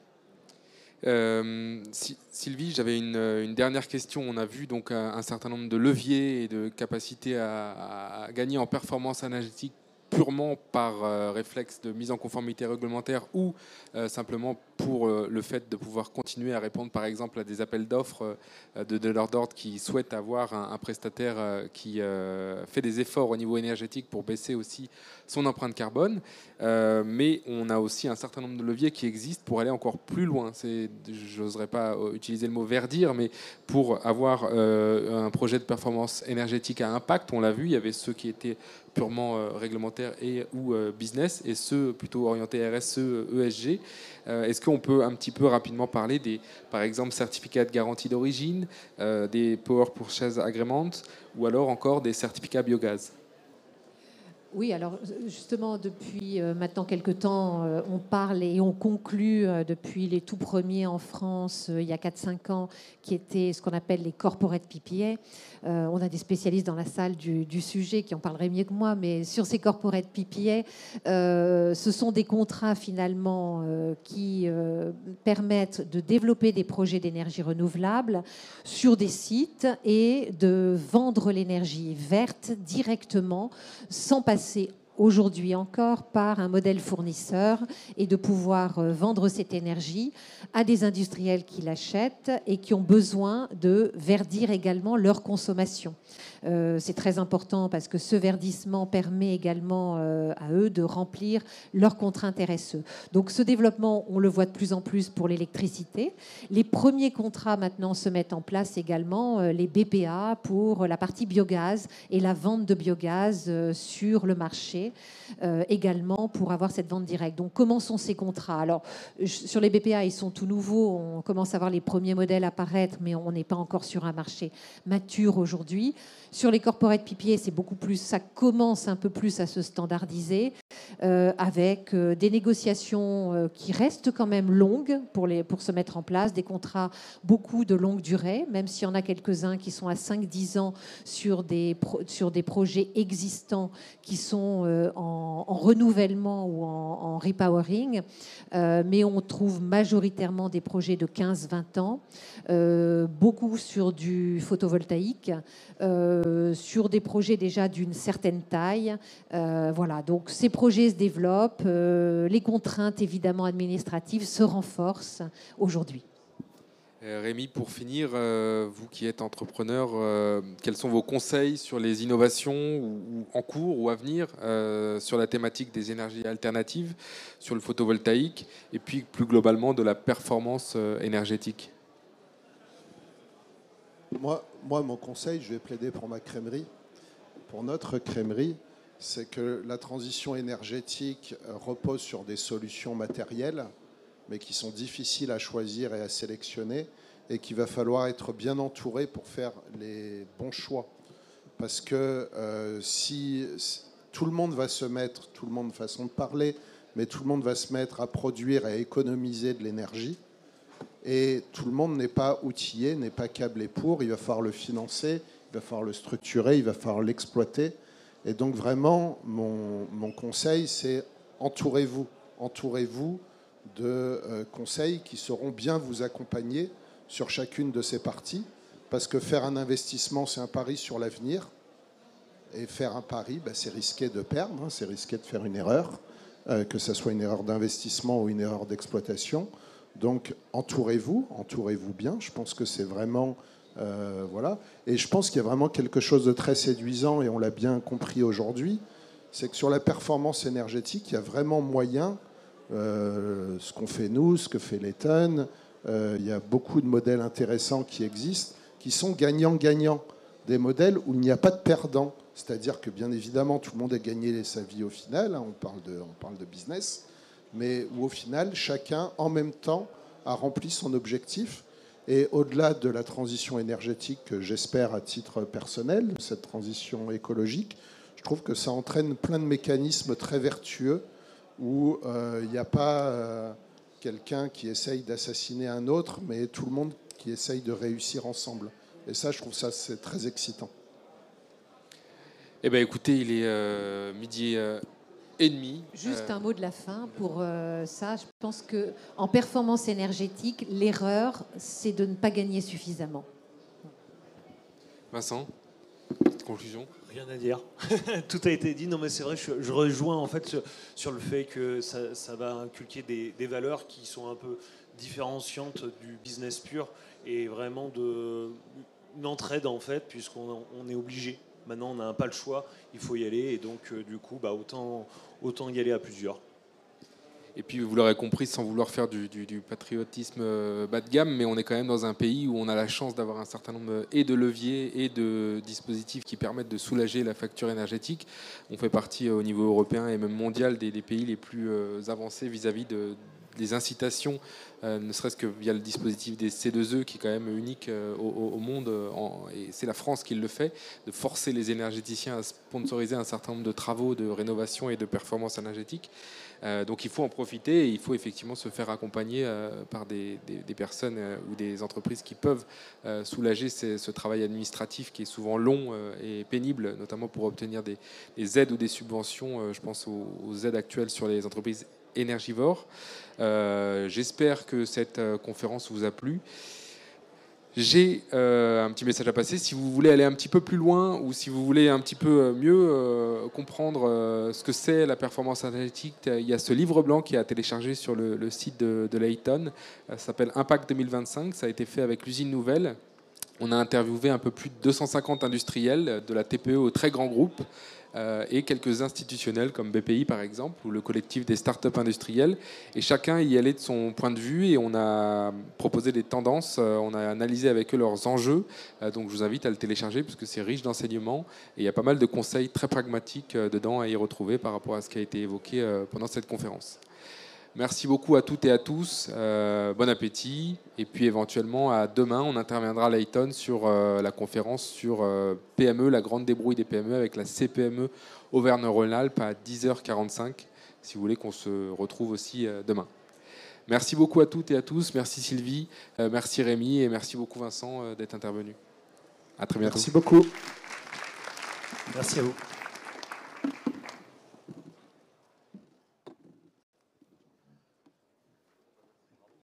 Sylvie, j'avais une dernière question. On a vu donc un certain nombre de leviers et de capacités à gagner en performance énergétique purement par réflexe de mise en conformité réglementaire ou simplement pour le fait de pouvoir continuer à répondre par exemple à des appels d'offres de donneurs d'ordre qui souhaitent avoir un prestataire qui fait des efforts au niveau énergétique pour baisser aussi son empreinte carbone. Mais on a aussi un certain nombre de leviers qui existent pour aller encore plus loin. Je n'oserais pas utiliser le mot verdir, mais pour avoir un projet de performance énergétique à impact, on l'a vu, il y avait ceux qui étaient purement réglementaires ou business, et ceux plutôt orientés RSE, ESG. Est-ce qu'on peut un petit peu rapidement parler des, par exemple, certificats de garantie d'origine, des Power Purchase Agreements, ou alors encore des certificats biogaz? Oui, alors justement, depuis maintenant quelques temps, on parle et on conclut depuis les tout premiers en France, il y a 4-5 ans, qui étaient ce qu'on appelle les corporate PPA. On a des spécialistes dans la salle du sujet qui en parleraient mieux que moi, mais sur ces corporate PPA, ce sont des contrats finalement qui permettent de développer des projets d'énergie renouvelable sur des sites et de vendre l'énergie verte directement sans passer aujourd'hui encore par un modèle fournisseur et de pouvoir vendre cette énergie à des industriels qui l'achètent et qui ont besoin de verdir également leur consommation. C'est très important parce que ce verdissement permet également à eux de remplir leurs contraintes RSE. Donc ce développement, on le voit de plus en plus pour l'électricité. Les premiers contrats maintenant se mettent en place également, les BPA pour la partie biogaz et la vente de biogaz sur le marché, également pour avoir cette vente directe. Donc comment sont ces contrats? Alors sur les BPA, ils sont tout nouveaux, on commence à voir les premiers modèles apparaître, mais on n'est pas encore sur un marché mature aujourd'hui. Sur les corporate PPA, c'est beaucoup plus, ça commence un peu plus à se standardiser avec des négociations qui restent quand même longues pour se mettre en place, des contrats beaucoup de longue durée, même s'il y en a quelques-uns qui sont à 5-10 ans sur des projets existants qui sont en renouvellement ou en repowering, mais on trouve majoritairement des projets de 15-20 ans, beaucoup sur du photovoltaïque, sur des projets déjà d'une certaine taille. Voilà, donc ces projets se développent, les contraintes évidemment administratives se renforcent aujourd'hui. Rémi, pour finir, vous qui êtes entrepreneur, quels sont vos conseils sur les innovations ou en cours ou à venir sur la thématique des énergies alternatives, sur le photovoltaïque et puis plus globalement de la performance énergétique? Moi, mon conseil, je vais plaider pour ma crèmerie, pour notre crèmerie, c'est que la transition énergétique repose sur des solutions matérielles, mais qui sont difficiles à choisir et à sélectionner, et qu'il va falloir être bien entouré pour faire les bons choix. Parce que si tout le monde va se mettre, tout le monde façon de parler, mais tout le monde va se mettre à produire et à économiser de l'énergie, et tout le monde n'est pas outillé, n'est pas câblé pour, il va falloir le financer, il va falloir le structurer, il va falloir l'exploiter. Et donc vraiment, mon conseil, c'est entourez-vous de conseils qui sauront bien vous accompagner sur chacune de ces parties, parce que faire un investissement, c'est un pari sur l'avenir, et faire un pari, c'est risquer de perdre, c'est risquer de faire une erreur. que ce soit une erreur d'investissement ou une erreur d'exploitation. Donc entourez-vous bien. Je pense que c'est vraiment... voilà. Et je pense qu'il y a vraiment quelque chose de très séduisant, et on l'a bien compris aujourd'hui, c'est que sur la performance énergétique, il y a vraiment moyen, ce qu'on fait nous, ce que fait Layton, il y a beaucoup de modèles intéressants qui existent, qui sont gagnants-gagnants, des modèles où il n'y a pas de perdants. C'est-à-dire que bien évidemment, tout le monde a gagné sa vie au final, hein, on parle de business, mais où au final, chacun, en même temps, a rempli son objectif. Et au-delà de la transition énergétique, que j'espère à titre personnel, cette transition écologique, je trouve que ça entraîne plein de mécanismes très vertueux où il n'y a pas quelqu'un qui essaye d'assassiner un autre, mais tout le monde qui essaye de réussir ensemble. Et ça, je trouve ça, c'est très excitant. Eh bien, écoutez, il est midi et demi. Juste un mot de la fin pour ça. Je pense qu'en performance énergétique, l'erreur, c'est de ne pas gagner suffisamment. Vincent, petite conclusion. Rien à dire. Tout a été dit. Non, mais c'est vrai, je rejoins en fait sur le fait que ça va inculquer des valeurs qui sont un peu différenciantes du business pur et vraiment une entraide en fait, puisqu'on est obligé. Maintenant, on n'a pas le choix, il faut y aller, et donc du coup, autant y aller à plusieurs. Et puis, vous l'aurez compris, sans vouloir faire du patriotisme bas de gamme, mais on est quand même dans un pays où on a la chance d'avoir un certain nombre de leviers et de dispositifs qui permettent de soulager la facture énergétique. On fait partie au niveau européen et même mondial des pays les plus avancés vis-à-vis des incitations, ne serait-ce que via le dispositif des C2E qui est quand même unique au monde, et c'est la France qui le fait, de forcer les énergéticiens à sponsoriser un certain nombre de travaux de rénovation et de performance énergétique. Donc il faut en profiter, et il faut effectivement se faire accompagner par des personnes ou des entreprises qui peuvent soulager ce travail administratif qui est souvent long et pénible, notamment pour obtenir des aides ou des subventions. Je pense aux aides actuelles sur les entreprises énergivores. J'espère que cette conférence vous a plu. J'ai un petit message à passer. Si vous voulez aller un petit peu plus loin, ou si vous voulez un petit peu mieux comprendre ce que c'est la performance énergétique, il y a ce livre blanc qui est à télécharger sur le site de Layton. Ça s'appelle Impact 2025. Ça a été fait avec l'usine Nouvelle. On a interviewé un peu plus de 250 industriels, de la TPE au très grand groupe, et quelques institutionnels comme BPI par exemple, ou le collectif des startups industrielles. Et chacun y allait de son point de vue, et on a proposé des tendances, on a analysé avec eux leurs enjeux. Donc je vous invite à le télécharger parce que c'est riche d'enseignements, et il y a pas mal de conseils très pragmatiques dedans à y retrouver par rapport à ce qui a été évoqué pendant cette conférence. Merci beaucoup à toutes et à tous. Bon appétit. Et puis éventuellement, à demain, on interviendra à Layton sur la conférence sur PME, la grande débrouille des PME, avec la CPME Auvergne-Rhône-Alpes à 10h45, si vous voulez qu'on se retrouve aussi demain. Merci beaucoup à toutes et à tous. Merci Sylvie, merci Rémi, et merci beaucoup Vincent d'être intervenu. À très bientôt. Merci beaucoup. Merci à vous.